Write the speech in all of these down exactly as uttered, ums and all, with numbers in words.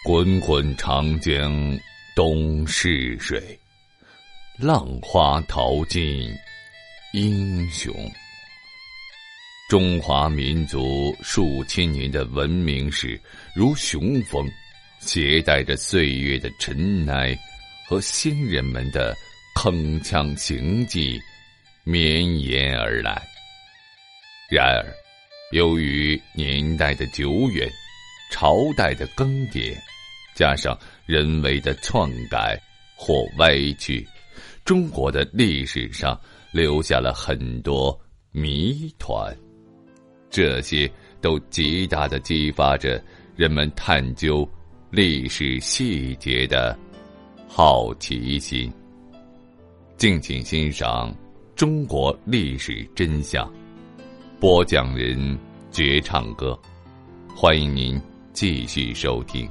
滚滚长江东逝水，浪花淘尽英雄。中华民族数千年的文明史，如雄风，携带着岁月的尘埃和先人们的铿锵行迹，绵延而来。然而，由于年代的久远，朝代的更迭，加上人为的篡改或歪曲，中国的历史上留下了很多谜团。这些都极大地激发着人们探究历史细节的好奇心。敬请欣赏中国历史真相，播讲人绝唱歌，欢迎您继续收听。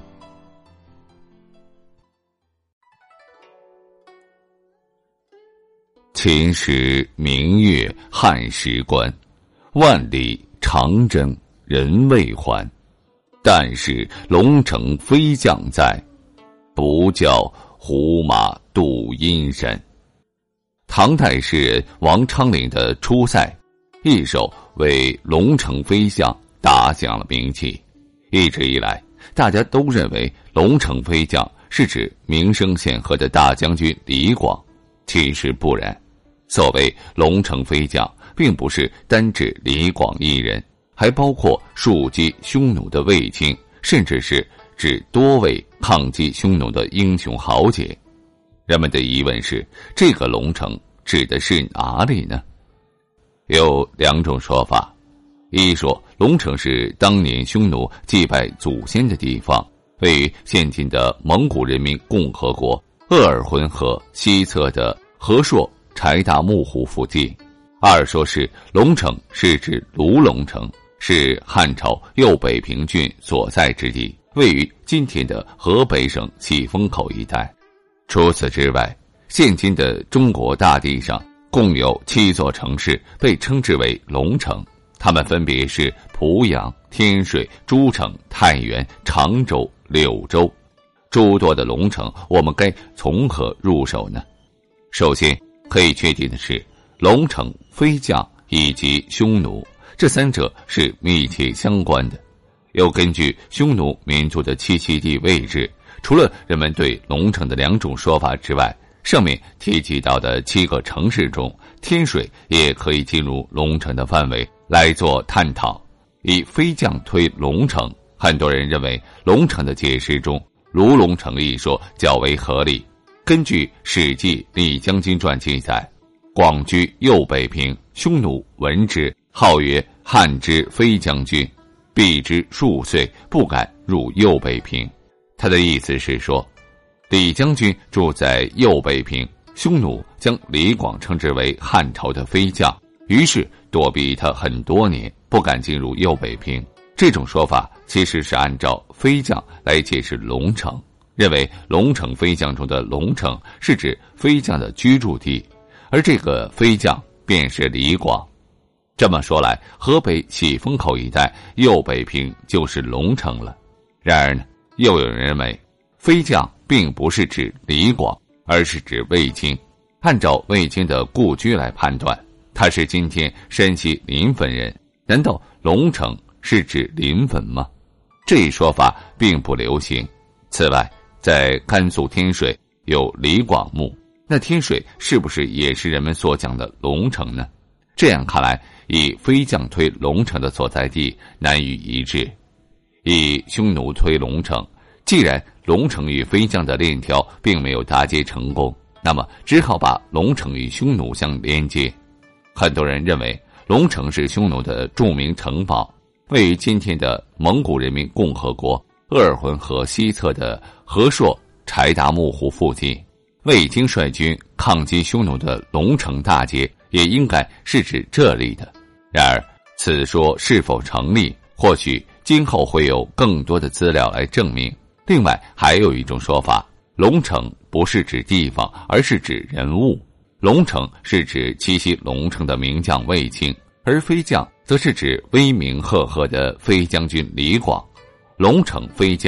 秦时明月汉时关，万里长征人未还。但是龙城飞将在，不教胡马度阴山。唐代诗人王昌龄的《出塞》一首为龙城飞将打响了名气。一直以来，大家都认为龙城飞将是指名声显赫的大将军李广，其实不然。所谓龙城飞将，并不是单指李广一人，还包括戍击匈奴的卫青，甚至是指多位抗击匈奴的英雄豪杰。人们的疑问是，这个龙城指的是哪里呢？有两种说法。一说龙城是当年匈奴祭拜祖先的地方，位于现今的蒙古人民共和国鄂尔浑河西侧的和硕柴达木湖附近。二说是龙城是指卢龙城，是汉朝右北平郡所在之地，位于今天的河北省启丰口一带。除此之外，现今的中国大地上共有七座城市被称之为龙城，它们分别是濮阳、天水、诸城、太原、常州、柳州。诸多的龙城，我们该从何入手呢？首先可以确定的是，龙城、飞将以及匈奴这三者是密切相关的。又根据匈奴民族的栖息地位置，除了人们对龙城的两种说法之外，上面提及到的七个城市中，天水也可以进入龙城的范围来做探讨。以飞将推龙城，很多人认为龙城的解释中，卢龙城一说较为合理。根据《史记·李将军传》记载，广居右北平，匈奴闻之，号曰汉之飞将军，避之数岁，不敢入右北平。他的意思是说，李将军住在右北平，匈奴将李广称之为汉朝的飞将，于是躲避他很多年，不敢进入右北平。这种说法其实是按照飞将来解释龙城，认为龙城飞将中的龙城是指飞将的居住地，而这个飞将便是李广。这么说来，河北启丰口一带右北平就是龙城了。然而呢，又有人认为飞将并不是指李广，而是指卫青。按照卫青的故居来判断，他是今天山西临汾人，难道龙城是指临汾吗？这一说法并不流行。此外，在甘肃天水有李广墓，那天水是不是也是人们所讲的龙城呢？这样看来，以飞将推龙城的所在地难于一致。以匈奴推龙城，既然龙城与飞将的链条并没有搭接成功，那么只好把龙城与匈奴相连接。很多人认为龙城是匈奴的著名城堡，位于今天的蒙古人民共和国鄂尔浑河西侧的和硕柴达木湖附近。卫青率军抗击匈奴的龙城大捷也应该是指这里的。然而此说是否成立，或许今后会有更多的资料来证明。另外还有一种说法，龙城不是指地方，而是指人物。龙城是指栖息龙城的名将卫青，而飞将则是指威名赫赫的飞将军李广。龙城飞将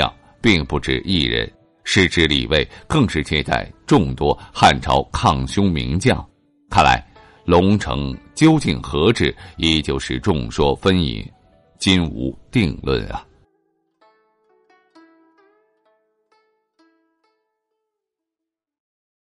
并不止一人，是指李卫更是接待众多汉朝抗匈名将。看来龙城究竟何治，依旧是众说纷纭，今无定论啊。